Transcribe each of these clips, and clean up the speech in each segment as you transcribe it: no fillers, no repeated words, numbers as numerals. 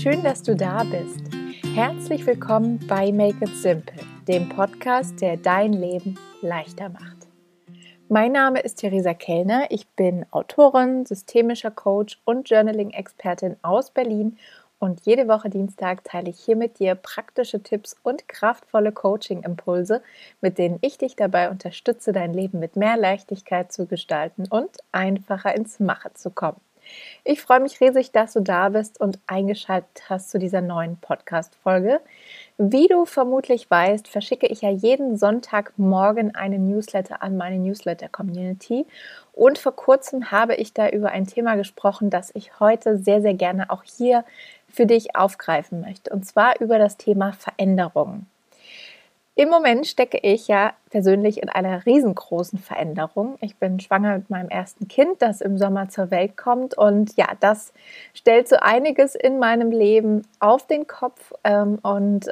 schön, dass du da bist. Herzlich willkommen bei Make It Simple, dem Podcast, der dein Leben leichter macht. Mein Name ist Theresa Kellner, ich bin Autorin, systemischer Coach und Journaling-Expertin aus Berlin und jede Woche Dienstag teile ich hier mit dir praktische Tipps und kraftvolle Coaching-Impulse, mit denen ich dich dabei unterstütze, dein Leben mit mehr Leichtigkeit zu gestalten und einfacher ins Machen zu kommen. Ich freue mich riesig, dass du da bist und eingeschaltet hast zu dieser neuen Podcast-Folge. Wie du vermutlich weißt, verschicke ich ja jeden Sonntagmorgen einen Newsletter an meine Newsletter-Community. Und vor kurzem habe ich da über ein Thema gesprochen, das ich heute sehr, sehr gerne auch hier für dich aufgreifen möchte. Und zwar über das Thema Veränderung. Im Moment stecke ich ja persönlich in einer riesengroßen Veränderung. Ich bin schwanger mit meinem ersten Kind, das im Sommer zur Welt kommt. Und ja, das stellt so einiges in meinem Leben auf den Kopf und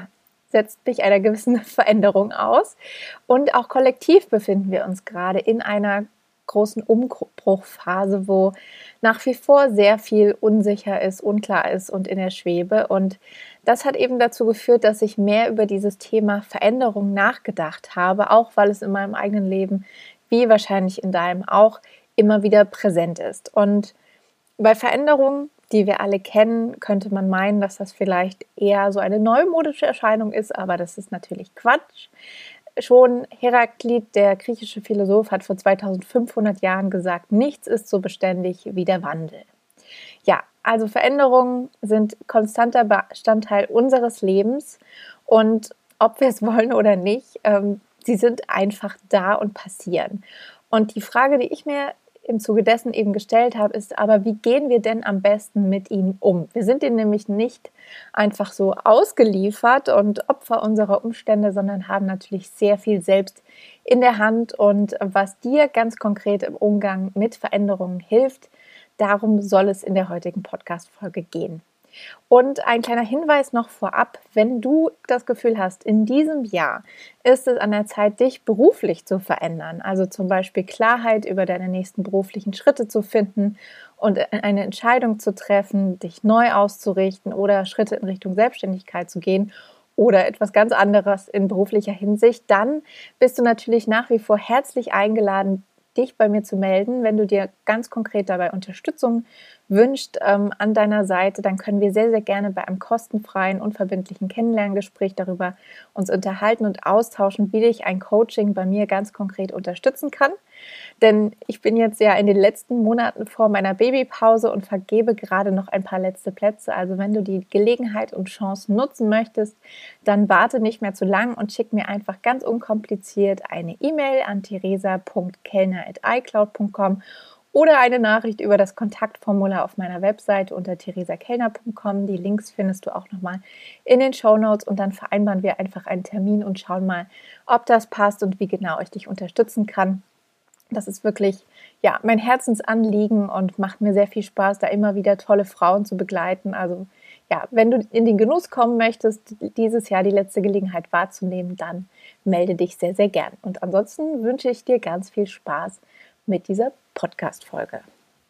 setzt mich einer gewissen Veränderung aus. Und auch kollektiv befinden wir uns gerade in einer großen Umbruchphase, wo nach wie vor sehr viel unsicher ist, unklar ist und in der Schwebe. Und das hat eben dazu geführt, dass ich mehr über dieses Thema Veränderung nachgedacht habe, auch weil es in meinem eigenen Leben, wie wahrscheinlich in deinem auch, immer wieder präsent ist. Und bei Veränderungen, die wir alle kennen, könnte man meinen, dass das vielleicht eher so eine neumodische Erscheinung ist, aber das ist natürlich Quatsch. Schon Heraklit, der griechische Philosoph, hat vor 2500 Jahren gesagt, nichts ist so beständig wie der Wandel. Ja, also Veränderungen sind konstanter Bestandteil unseres Lebens und ob wir es wollen oder nicht, sie sind einfach da und passieren. Und die Frage, die ich mir im Zuge dessen eben gestellt habe, ist aber, wie gehen wir denn am besten mit ihnen um? Wir sind ihnen nämlich nicht einfach so ausgeliefert und Opfer unserer Umstände, sondern haben natürlich sehr viel selbst in der Hand. Und was dir ganz konkret im Umgang mit Veränderungen hilft, darum soll es in der heutigen Podcast-Folge gehen. Und ein kleiner Hinweis noch vorab, wenn du das Gefühl hast, in diesem Jahr ist es an der Zeit, dich beruflich zu verändern, also zum Beispiel Klarheit über deine nächsten beruflichen Schritte zu finden und eine Entscheidung zu treffen, dich neu auszurichten oder Schritte in Richtung Selbstständigkeit zu gehen oder etwas ganz anderes in beruflicher Hinsicht, dann bist du natürlich nach wie vor herzlich eingeladen, dich bei mir zu melden. Wenn du dir ganz konkret dabei Unterstützung wünscht an deiner Seite, dann können wir sehr, sehr gerne bei einem kostenfreien, unverbindlichen Kennenlerngespräch darüber uns unterhalten und austauschen, wie dich ein Coaching bei mir ganz konkret unterstützen kann. Denn ich bin jetzt ja in den letzten Monaten vor meiner Babypause und vergebe gerade noch ein paar letzte Plätze. Also wenn du die Gelegenheit und Chance nutzen möchtest, dann warte nicht mehr zu lang und schick mir einfach ganz unkompliziert eine E-Mail an theresa.kellner@icloud.com oder eine Nachricht über das Kontaktformular auf meiner Webseite unter theresakellner.com. Die Links findest du auch nochmal in den Shownotes und dann vereinbaren wir einfach einen Termin und schauen mal, ob das passt und wie genau ich dich unterstützen kann. Das ist wirklich mein Herzensanliegen und macht mir sehr viel Spaß, da immer wieder tolle Frauen zu begleiten. Also wenn du in den Genuss kommen möchtest, dieses Jahr die letzte Gelegenheit wahrzunehmen, dann melde dich sehr, sehr gern. Und ansonsten wünsche ich dir ganz viel Spaß mit dieser Podcast-Folge.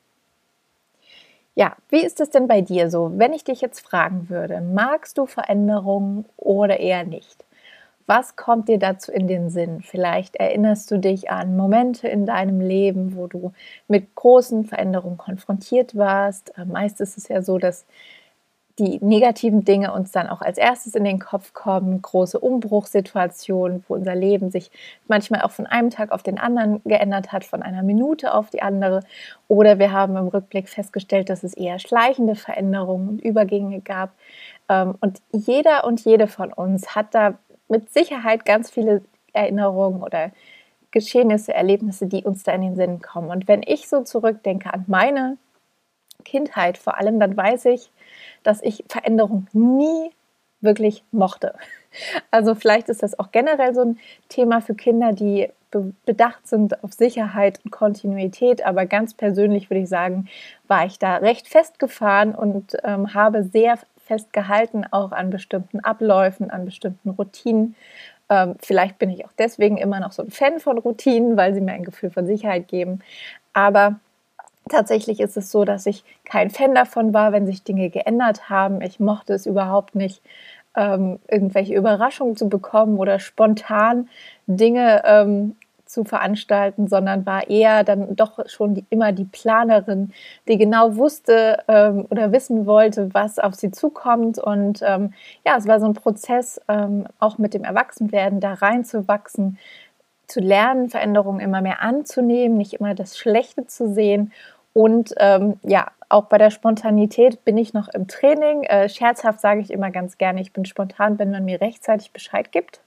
Ja, wie ist es denn bei dir so, wenn ich dich jetzt fragen würde, magst du Veränderungen oder eher nicht? Was kommt dir dazu in den Sinn? Vielleicht erinnerst du dich an Momente in deinem Leben, wo du mit großen Veränderungen konfrontiert warst. Meist ist es ja so, dass die negativen Dinge uns dann auch als erstes in den Kopf kommen. Große Umbruchssituationen, wo unser Leben sich manchmal auch von einem Tag auf den anderen geändert hat, von einer Minute auf die andere. Oder wir haben im Rückblick festgestellt, dass es eher schleichende Veränderungen und Übergänge gab. Und jeder und jede von uns hat da mit Sicherheit ganz viele Erinnerungen oder Geschehnisse, Erlebnisse, die uns da in den Sinn kommen. Und wenn ich so zurückdenke an meine Kindheit vor allem, dann weiß ich, dass ich Veränderung nie wirklich mochte. Also vielleicht ist das auch generell so ein Thema für Kinder, die bedacht sind auf Sicherheit und Kontinuität, aber ganz persönlich würde ich sagen, war ich da recht festgefahren und habe sehr festgehalten auch an bestimmten Abläufen, an bestimmten Routinen. Vielleicht bin ich auch deswegen immer noch so ein Fan von Routinen, weil sie mir ein Gefühl von Sicherheit geben. Aber Tatsächlich ist es so, dass ich kein Fan davon war, wenn sich Dinge geändert haben. Ich mochte es überhaupt nicht, irgendwelche Überraschungen zu bekommen oder spontan Dinge zu veranstalten, sondern war eher dann doch schon immer die Planerin, die genau wusste oder wissen wollte, was auf sie zukommt. Und ja, es war so ein Prozess, auch mit dem Erwachsenwerden da reinzuwachsen, zu lernen, Veränderungen immer mehr anzunehmen, nicht immer das Schlechte zu sehen. Und ja, auch bei der Spontanität bin ich noch im Training. Scherzhaft sage ich immer ganz gerne, ich bin spontan, wenn man mir rechtzeitig Bescheid gibt.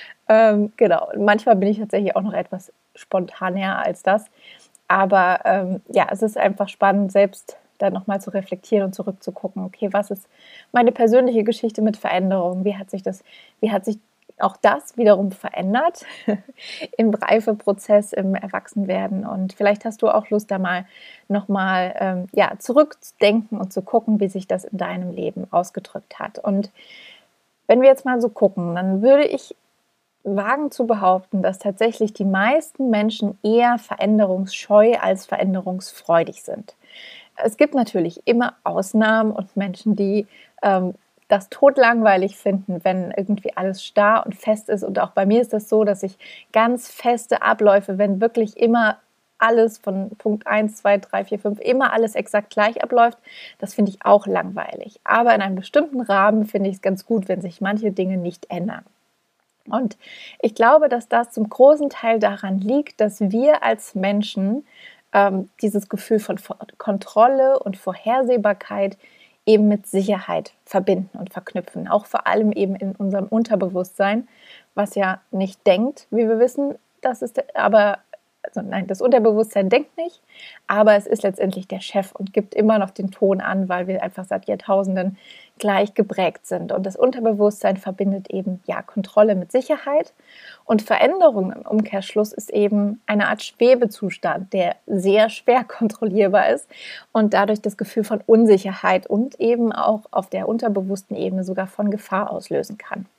Genau, manchmal bin ich tatsächlich auch noch etwas spontaner als das. Aber ja, es ist einfach spannend, selbst dann nochmal zu reflektieren und zurückzugucken, okay, was ist meine persönliche Geschichte mit Veränderungen? Wie hat sich auch das wiederum verändert im Reifeprozess, im Erwachsenwerden? Und vielleicht hast du auch Lust, da mal nochmal ja, zurückzudenken und zu gucken, wie sich das in deinem Leben ausgedrückt hat. Und wenn wir jetzt mal so gucken, dann würde ich wagen zu behaupten, dass tatsächlich die meisten Menschen eher veränderungsscheu als veränderungsfreudig sind. Es gibt natürlich immer Ausnahmen und Menschen, die das totlangweilig finden, wenn irgendwie alles starr und fest ist. Und auch bei mir ist das so, dass ich ganz feste Abläufe, wenn wirklich immer alles von Punkt 1, 2, 3, 4, 5, immer alles exakt gleich abläuft, das finde ich auch langweilig. Aber in einem bestimmten Rahmen finde ich es ganz gut, wenn sich manche Dinge nicht ändern. Und ich glaube, dass das zum großen Teil daran liegt, dass wir als Menschen dieses Gefühl von Kontrolle und Vorhersehbarkeit eben mit Sicherheit verbinden und verknüpfen. Auch vor allem eben in unserem Unterbewusstsein, was ja nicht denkt, wie wir wissen, das ist aber, also nein, das Unterbewusstsein denkt nicht, aber es ist letztendlich der Chef und gibt immer noch den Ton an, weil wir einfach seit Jahrtausenden gleich geprägt sind. Und das Unterbewusstsein verbindet eben ja Kontrolle mit Sicherheit. Und Veränderung im Umkehrschluss ist eben eine Art Schwebezustand, der sehr schwer kontrollierbar ist und dadurch das Gefühl von Unsicherheit und eben auch auf der unterbewussten Ebene sogar von Gefahr auslösen kann.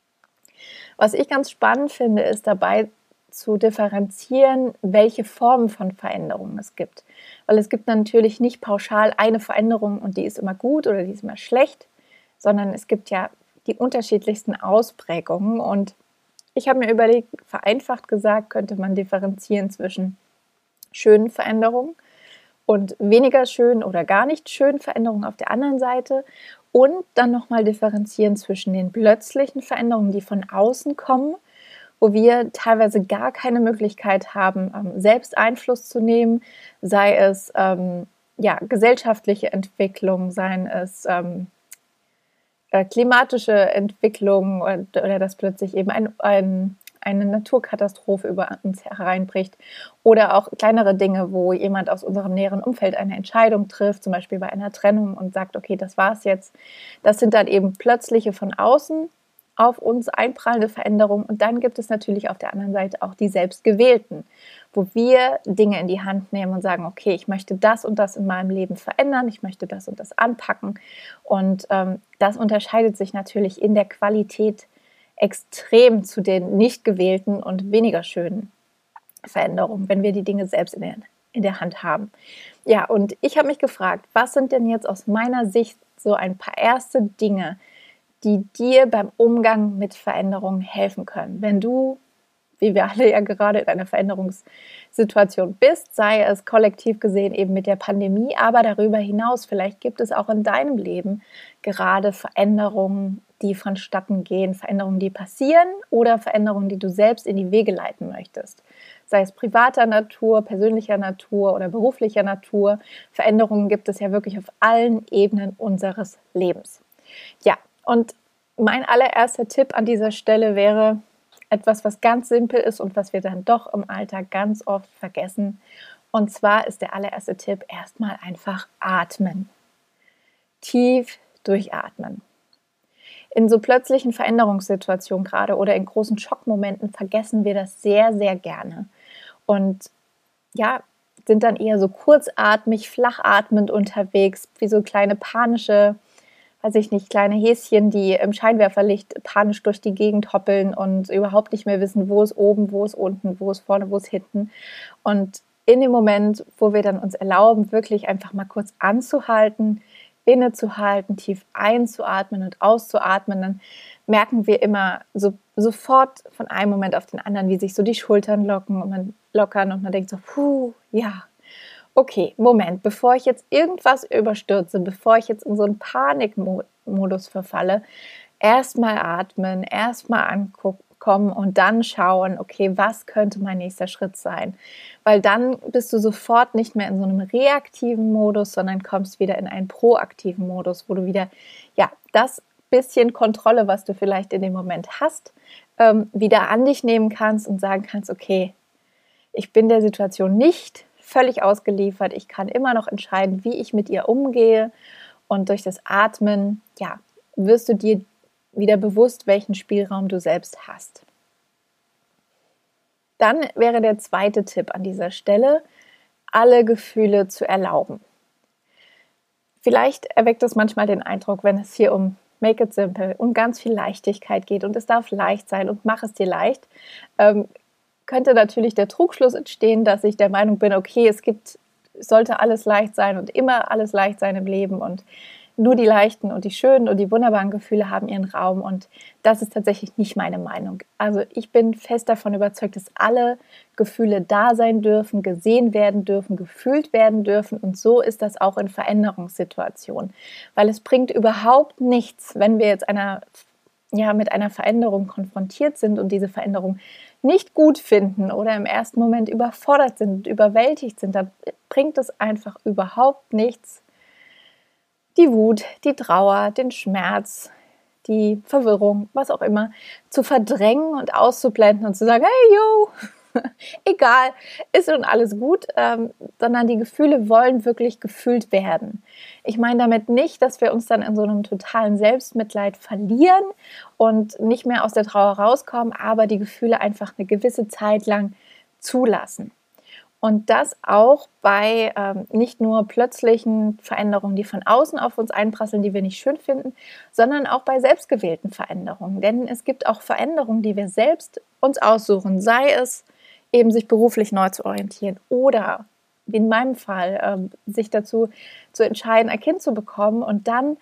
Was ich ganz spannend finde, ist dabei zu differenzieren, welche Formen von Veränderungen es gibt. Weil es gibt natürlich nicht pauschal eine Veränderung und die ist immer gut oder die ist immer schlecht, sondern es gibt ja die unterschiedlichsten Ausprägungen. Und ich habe mir überlegt, vereinfacht gesagt, könnte man differenzieren zwischen schönen Veränderungen und weniger schönen oder gar nicht schönen Veränderungen auf der anderen Seite und dann nochmal differenzieren zwischen den plötzlichen Veränderungen, die von außen kommen, wo wir teilweise gar keine Möglichkeit haben, selbst Einfluss zu nehmen, sei es ja, gesellschaftliche Entwicklung, seien es klimatische Entwicklung oder dass plötzlich eben eine Naturkatastrophe über uns hereinbricht oder auch kleinere Dinge, wo jemand aus unserem näheren Umfeld eine Entscheidung trifft, zum Beispiel bei einer Trennung und sagt, okay, das war's jetzt. Das sind dann eben plötzliche von außen auf uns einprallende Veränderungen. Und dann gibt es natürlich auf der anderen Seite auch die selbstgewählten, wo wir Dinge in die Hand nehmen und sagen, okay, ich möchte das und das in meinem Leben verändern, ich möchte das und das anpacken. Und das unterscheidet sich natürlich in der Qualität extrem zu den nicht gewählten und weniger schönen Veränderungen, wenn wir die Dinge selbst in der Hand haben. Ja, und ich habe mich gefragt, was sind denn jetzt aus meiner Sicht so ein paar erste Dinge, die dir beim Umgang mit Veränderungen helfen können. Wenn du, wie wir alle ja gerade in einer Veränderungssituation bist, sei es kollektiv gesehen eben mit der Pandemie, aber darüber hinaus, vielleicht gibt es auch in deinem Leben gerade Veränderungen, die vonstatten gehen, Veränderungen, die passieren oder Veränderungen, die du selbst in die Wege leiten möchtest. Sei es privater Natur, persönlicher Natur oder beruflicher Natur. Veränderungen gibt es ja wirklich auf allen Ebenen unseres Lebens. Ja, und mein allererster Tipp an dieser Stelle wäre etwas, was ganz simpel ist und was wir dann doch im Alltag ganz oft vergessen. Und zwar ist der allererste Tipp erstmal einfach atmen. Tief durchatmen. In so plötzlichen Veränderungssituationen gerade oder in großen Schockmomenten vergessen wir das sehr, sehr gerne. Und ja, sind dann eher so kurzatmig, flachatmend unterwegs, wie so kleine panische, weiß ich nicht, kleine Häschen, die im Scheinwerferlicht panisch durch die Gegend hoppeln und überhaupt nicht mehr wissen, wo ist oben, wo ist unten, wo ist vorne, wo ist hinten. Und in dem Moment, wo wir dann uns erlauben, wirklich einfach mal kurz anzuhalten, innezuhalten, tief einzuatmen und auszuatmen, dann merken wir immer sofort von einem Moment auf den anderen, wie sich so die Schultern lockern und man denkt so, puh, ja, okay, Moment, bevor ich jetzt irgendwas überstürze, bevor ich jetzt in so einen Panikmodus verfalle, erstmal atmen, erstmal ankommen und dann schauen, okay, was könnte mein nächster Schritt sein? Weil dann bist du sofort nicht mehr in so einem reaktiven Modus, sondern kommst wieder in einen proaktiven Modus, wo du wieder, ja, das bisschen Kontrolle, was du vielleicht in dem Moment hast, wieder an dich nehmen kannst und sagen kannst, okay, ich bin der Situation nicht völlig ausgeliefert, ich kann immer noch entscheiden, wie ich mit ihr umgehe und durch das Atmen, ja, wirst du dir wieder bewusst, welchen Spielraum du selbst hast. Dann wäre der zweite Tipp an dieser Stelle, alle Gefühle zu erlauben. Vielleicht erweckt es manchmal den Eindruck, wenn es hier um Make it simple, um ganz viel Leichtigkeit geht und es darf leicht sein und mach es dir leicht, könnte natürlich der Trugschluss entstehen, dass ich der Meinung bin, okay, sollte alles leicht sein und immer alles leicht sein im Leben und nur die leichten und die schönen und die wunderbaren Gefühle haben ihren Raum und das ist tatsächlich nicht meine Meinung. Also ich bin fest davon überzeugt, dass alle Gefühle da sein dürfen, gesehen werden dürfen, gefühlt werden dürfen und so ist das auch in Veränderungssituationen, weil es bringt überhaupt nichts, wenn wir jetzt mit einer Veränderung konfrontiert sind und diese Veränderung nicht gut finden oder im ersten Moment überfordert sind, überwältigt sind, dann bringt es einfach überhaupt nichts, die Wut, die Trauer, den Schmerz, die Verwirrung, was auch immer, zu verdrängen und auszublenden und zu sagen, hey, yo, egal, ist schon alles gut, sondern die Gefühle wollen wirklich gefühlt werden. Ich meine damit nicht, dass wir uns dann in so einem totalen Selbstmitleid verlieren und nicht mehr aus der Trauer rauskommen, aber die Gefühle einfach eine gewisse Zeit lang zulassen. Und das auch bei nicht nur plötzlichen Veränderungen, die von außen auf uns einprasseln, die wir nicht schön finden, sondern auch bei selbstgewählten Veränderungen. Denn es gibt auch Veränderungen, die wir selbst uns aussuchen, sei es eben sich beruflich neu zu orientieren oder wie in meinem Fall sich dazu zu entscheiden, ein Kind zu bekommen und dann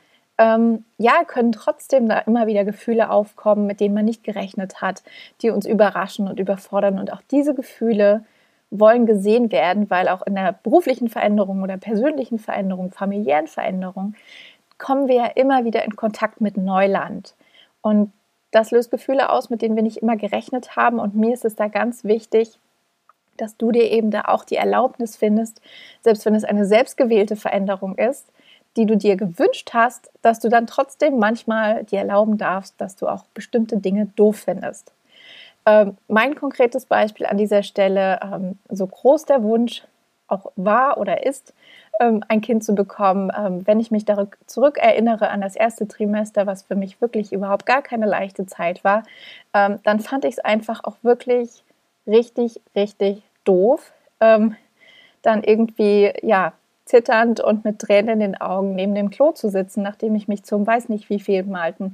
können trotzdem da immer wieder Gefühle aufkommen, mit denen man nicht gerechnet hat, die uns überraschen und überfordern und auch diese Gefühle wollen gesehen werden, weil auch in der beruflichen Veränderung oder persönlichen Veränderung, familiären Veränderung, kommen wir ja immer wieder in Kontakt mit Neuland. Und das löst Gefühle aus, mit denen wir nicht immer gerechnet haben. Und mir ist es da ganz wichtig, dass du dir eben da auch die Erlaubnis findest, selbst wenn es eine selbstgewählte Veränderung ist, die du dir gewünscht hast, dass du dann trotzdem manchmal dir erlauben darfst, dass du auch bestimmte Dinge doof findest. Mein konkretes Beispiel an dieser Stelle, so groß der Wunsch auch war oder ist, ein Kind zu bekommen, wenn ich mich zurückerinnere an das erste Trimester, was für mich wirklich überhaupt gar keine leichte Zeit war, dann fand ich es einfach auch wirklich richtig, richtig doof, dann irgendwie, ja, zitternd und mit Tränen in den Augen neben dem Klo zu sitzen, nachdem ich mich zum weiß nicht wie vielen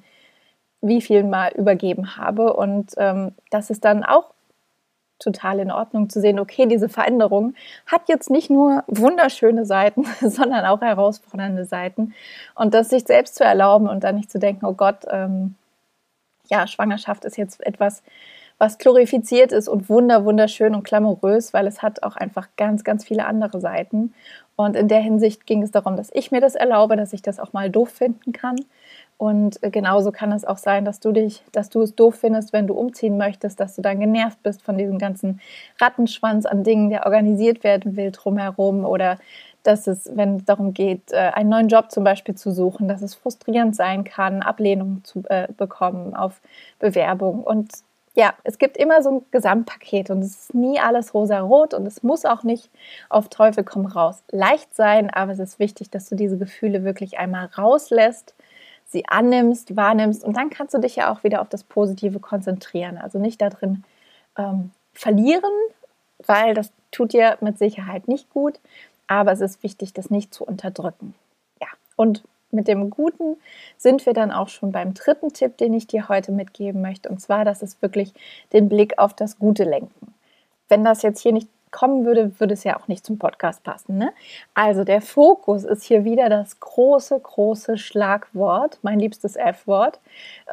Mal übergeben habe. Und das ist dann auch total in Ordnung zu sehen, okay, diese Veränderung hat jetzt nicht nur wunderschöne Seiten, sondern auch herausfordernde Seiten. Und das sich selbst zu erlauben und dann nicht zu denken, oh Gott, Schwangerschaft ist jetzt etwas, was glorifiziert ist und wunderschön und glamourös, weil es hat auch einfach ganz, ganz viele andere Seiten. Und in der Hinsicht ging es darum, dass ich mir das erlaube, dass ich das auch mal doof finden kann. Und genauso kann es auch sein, dass du es doof findest, wenn du umziehen möchtest, dass du dann genervt bist von diesem ganzen Rattenschwanz an Dingen, der organisiert werden will drumherum oder dass es, wenn es darum geht, einen neuen Job zum Beispiel zu suchen, dass es frustrierend sein kann, Ablehnung zu bekommen auf Bewerbung. Und ja, es gibt immer so ein Gesamtpaket und es ist nie alles rosarot und es muss auch nicht auf Teufel komm raus leicht sein, aber es ist wichtig, dass du diese Gefühle wirklich einmal rauslässt, sie annimmst, wahrnimmst und dann kannst du dich ja auch wieder auf das Positive konzentrieren. Also nicht darin verlieren, weil das tut dir mit Sicherheit nicht gut, aber es ist wichtig, das nicht zu unterdrücken. Ja, und mit dem Guten sind wir dann auch schon beim dritten Tipp, den ich dir heute mitgeben möchte, und zwar, dass es wirklich den Blick auf das Gute lenken. Wenn das jetzt hier nicht kommen würde, würde es ja auch nicht zum Podcast passen, ne? Also der Fokus ist hier wieder das große, große Schlagwort, mein liebstes F-Wort,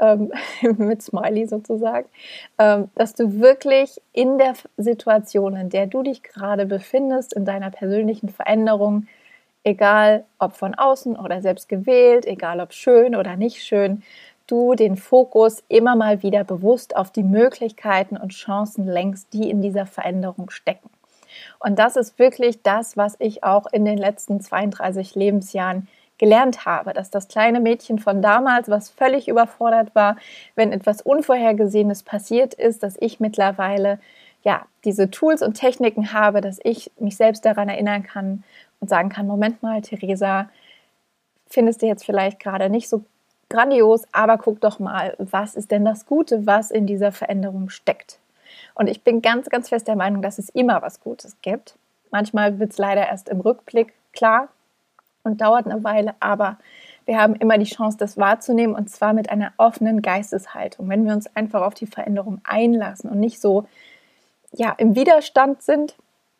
mit Smiley sozusagen, dass du wirklich in der Situation, in der du dich gerade befindest, in deiner persönlichen Veränderung, egal ob von außen oder selbst gewählt, egal ob schön oder nicht schön, du den Fokus immer mal wieder bewusst auf die Möglichkeiten und Chancen lenkst, die in dieser Veränderung stecken. Und das ist wirklich das, was ich auch in den letzten 32 Lebensjahren gelernt habe, dass das kleine Mädchen von damals, was völlig überfordert war, wenn etwas Unvorhergesehenes passiert ist, dass ich mittlerweile ja diese Tools und Techniken habe, dass ich mich selbst daran erinnern kann und sagen kann, Moment mal, Theresa, findest du jetzt vielleicht gerade nicht so grandios, aber guck doch mal, was ist denn das Gute, was in dieser Veränderung steckt. Und ich bin ganz, ganz fest der Meinung, dass es immer was Gutes gibt. Manchmal wird es leider erst im Rückblick klar und dauert eine Weile, aber wir haben immer die Chance, das wahrzunehmen, und zwar mit einer offenen Geisteshaltung. Wenn wir uns einfach auf die Veränderung einlassen und nicht so ja, im Widerstand sind,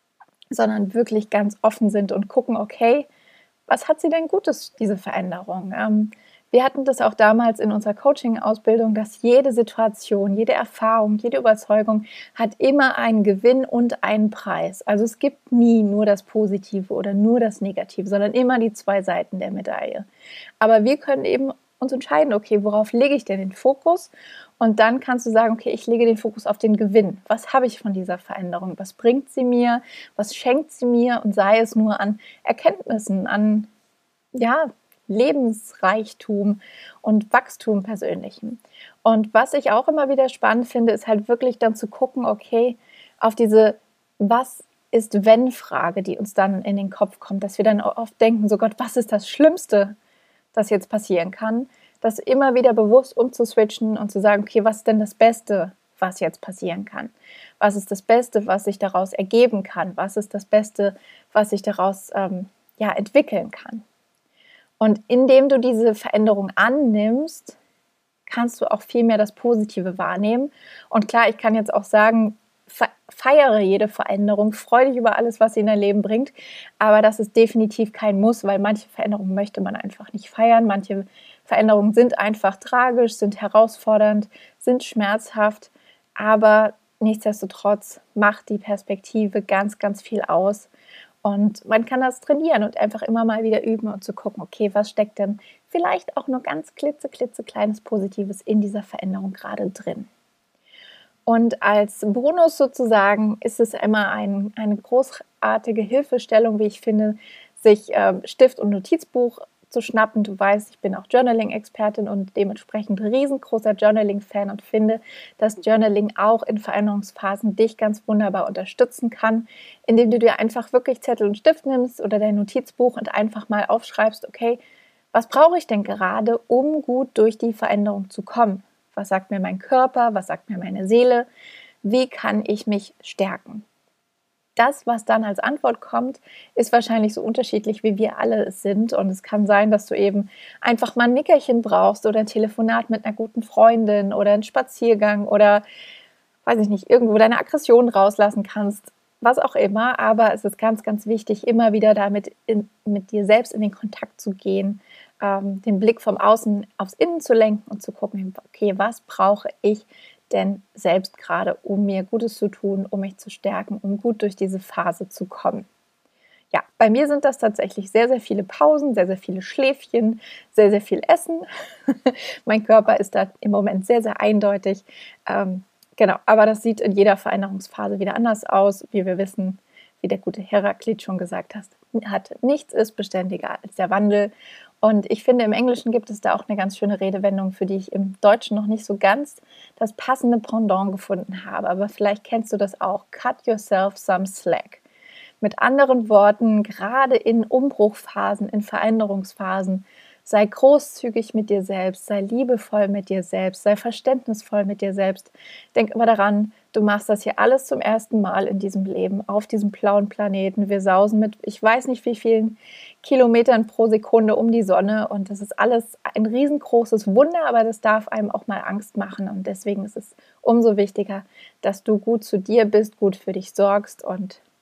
sondern wirklich ganz offen sind und gucken, okay, was hat sie denn Gutes, diese Veränderung? Wir hatten das auch damals in unserer Coaching-Ausbildung, dass jede Situation, jede Erfahrung, jede Überzeugung hat immer einen Gewinn und einen Preis. Also es gibt nie nur das Positive oder nur das Negative, sondern immer die zwei Seiten der Medaille. Aber wir können eben uns entscheiden, okay, worauf lege ich denn den Fokus? Und dann kannst du sagen, okay, ich lege den Fokus auf den Gewinn. Was habe ich von dieser Veränderung? Was bringt sie mir? Was schenkt sie mir? Und sei es nur an Erkenntnissen, an ja, Lebensreichtum und Wachstum persönlichem. Und was ich auch immer wieder spannend finde, ist halt wirklich dann zu gucken, okay, auf diese Was ist wenn Frage, die uns dann in den Kopf kommt, dass wir dann oft denken, so Gott, was ist das Schlimmste, das jetzt passieren kann? Das immer wieder bewusst umzuswitchen und zu sagen, okay, was ist denn das Beste, was jetzt passieren kann? Was ist das Beste, was sich daraus ergeben kann? Was ist das Beste, was sich daraus entwickeln kann? Und indem du diese Veränderung annimmst, kannst du auch viel mehr das Positive wahrnehmen. Und klar, ich kann jetzt auch sagen, feiere jede Veränderung, freue dich über alles, was sie in dein Leben bringt. Aber das ist definitiv kein Muss, weil manche Veränderungen möchte man einfach nicht feiern. Manche Veränderungen sind einfach tragisch, sind herausfordernd, sind schmerzhaft. Aber nichtsdestotrotz macht die Perspektive ganz, ganz viel aus. Und man kann das trainieren und einfach immer mal wieder üben und zu gucken, okay, was steckt denn vielleicht auch nur ganz klitzekleines Positives in dieser Veränderung gerade drin. Und als Bonus sozusagen ist es immer eine großartige Hilfestellung, wie ich finde, sich Stift und Notizbuch zu schnappen. Du weißt, ich bin auch Journaling-Expertin und dementsprechend riesengroßer Journaling-Fan und finde, dass Journaling auch in Veränderungsphasen dich ganz wunderbar unterstützen kann, indem du dir einfach wirklich Zettel und Stift nimmst oder dein Notizbuch und einfach mal aufschreibst, okay, was brauche ich denn gerade, um gut durch die Veränderung zu kommen? Was sagt mir mein Körper? Was sagt mir meine Seele? Wie kann ich mich stärken? Das, was dann als Antwort kommt, ist wahrscheinlich so unterschiedlich, wie wir alle es sind. Und es kann sein, dass du eben einfach mal ein Nickerchen brauchst oder ein Telefonat mit einer guten Freundin oder einen Spaziergang oder, weiß ich nicht, irgendwo deine Aggression rauslassen kannst, was auch immer. Aber es ist ganz, ganz wichtig, immer wieder damit mit dir selbst in den Kontakt zu gehen, den Blick vom Außen aufs Innen zu lenken und zu gucken, okay, was brauche ich denn selbst gerade, um mir Gutes zu tun, um mich zu stärken, um gut durch diese Phase zu kommen. Ja, bei mir sind das tatsächlich sehr, sehr viele Pausen, sehr, sehr viele Schläfchen, sehr, sehr viel Essen. Mein Körper ist da im Moment sehr, sehr eindeutig. Genau, aber das sieht in jeder Veränderungsphase wieder anders aus. Wie wir wissen, wie der gute Heraklit schon gesagt hat, nichts ist beständiger als der Wandel. Und ich finde, im Englischen gibt es da auch eine ganz schöne Redewendung, für die ich im Deutschen noch nicht so ganz das passende Pendant gefunden habe. Aber vielleicht kennst du das auch. Cut yourself some slack. Mit anderen Worten, gerade in Umbruchphasen, in Veränderungsphasen, sei großzügig mit dir selbst, sei liebevoll mit dir selbst, sei verständnisvoll mit dir selbst. Denk immer daran, du machst das hier alles zum ersten Mal in diesem Leben, auf diesem blauen Planeten. Wir sausen mit, ich weiß nicht wie vielen Kilometern pro Sekunde um die Sonne und das ist alles ein riesengroßes Wunder, aber das darf einem auch mal Angst machen und deswegen ist es umso wichtiger, dass du gut zu dir bist, gut für dich sorgst und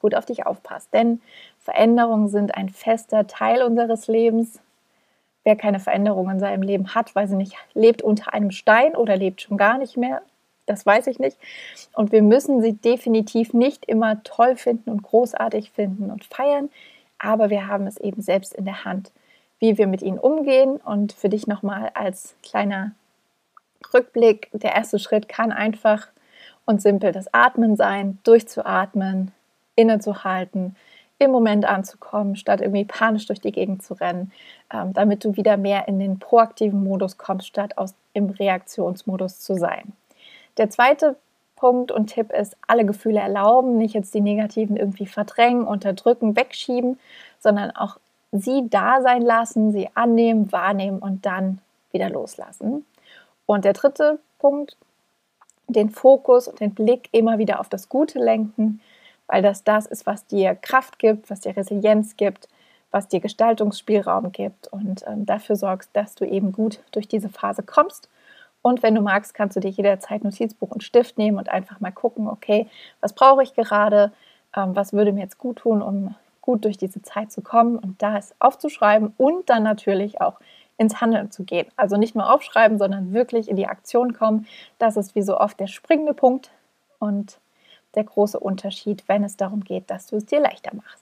gut auf dich aufpasst. Denn Veränderungen sind ein fester Teil unseres Lebens. Wer keine Veränderung in seinem Leben hat, weiß ich nicht, lebt unter einem Stein oder lebt schon gar nicht mehr. Das weiß ich nicht. Und wir müssen sie definitiv nicht immer toll finden und großartig finden und feiern. Aber wir haben es eben selbst in der Hand, wie wir mit ihnen umgehen. Und für dich nochmal als kleiner Rückblick, der erste Schritt kann einfach und simpel das Atmen sein, durchzuatmen, innezuhalten, im Moment anzukommen, statt irgendwie panisch durch die Gegend zu rennen, damit du wieder mehr in den proaktiven Modus kommst, statt im Reaktionsmodus zu sein. Der zweite Punkt und Tipp ist, alle Gefühle erlauben, nicht jetzt die negativen irgendwie verdrängen, unterdrücken, wegschieben, sondern auch sie da sein lassen, sie annehmen, wahrnehmen und dann wieder loslassen. Und der dritte Punkt, den Fokus und den Blick immer wieder auf das Gute lenken, weil das ist, was dir Kraft gibt, was dir Resilienz gibt, was dir Gestaltungsspielraum gibt und dafür sorgst, dass du eben gut durch diese Phase kommst. Und wenn du magst, kannst du dir jederzeit Notizbuch und Stift nehmen und einfach mal gucken, okay, was brauche ich gerade, was würde mir jetzt gut tun, um gut durch diese Zeit zu kommen und da es aufzuschreiben und dann natürlich auch ins Handeln zu gehen. Also nicht nur aufschreiben, sondern wirklich in die Aktion kommen. Das ist wie so oft der springende Punkt und der große Unterschied, wenn es darum geht, dass du es dir leichter machst.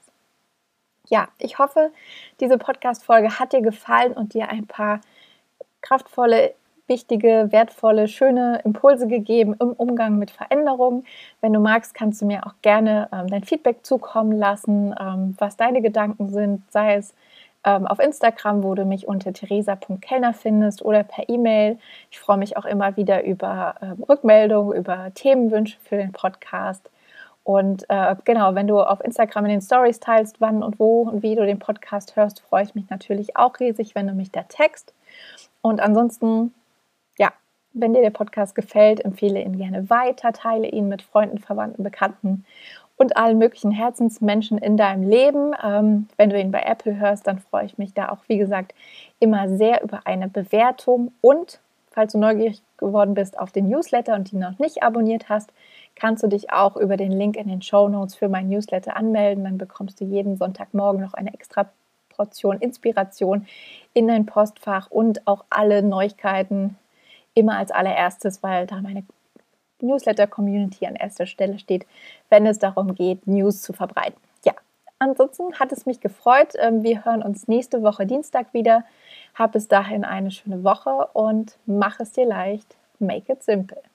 Ja, ich hoffe, diese Podcast-Folge hat dir gefallen und dir ein paar kraftvolle, wichtige, wertvolle, schöne Impulse gegeben im Umgang mit Veränderungen. Wenn du magst, kannst du mir auch gerne dein Feedback zukommen lassen, was deine Gedanken sind, sei es auf Instagram, wo du mich unter theresa.kellner findest oder per E-Mail. Ich freue mich auch immer wieder über Rückmeldungen, über Themenwünsche für den Podcast. Und genau, wenn du auf Instagram in den Stories teilst, wann und wo und wie du den Podcast hörst, freue ich mich natürlich auch riesig, wenn du mich da text. Und ansonsten, ja, wenn dir der Podcast gefällt, empfehle ihn gerne weiter, teile ihn mit Freunden, Verwandten, Bekannten und allen möglichen Herzensmenschen in deinem Leben. Wenn du ihn bei Apple hörst, dann freue ich mich da auch, wie gesagt, immer sehr über eine Bewertung. Und falls du neugierig geworden bist auf den Newsletter und ihn noch nicht abonniert hast, kannst du dich auch über den Link in den Shownotes für meinen Newsletter anmelden. Dann bekommst du jeden Sonntagmorgen noch eine extra Portion Inspiration in dein Postfach und auch alle Neuigkeiten immer als allererstes, weil da meine Newsletter-Community an erster Stelle steht, wenn es darum geht, News zu verbreiten. Ja, ansonsten hat es mich gefreut. Wir hören uns nächste Woche Dienstag wieder. Hab bis dahin eine schöne Woche und mach es dir leicht. Make it simple.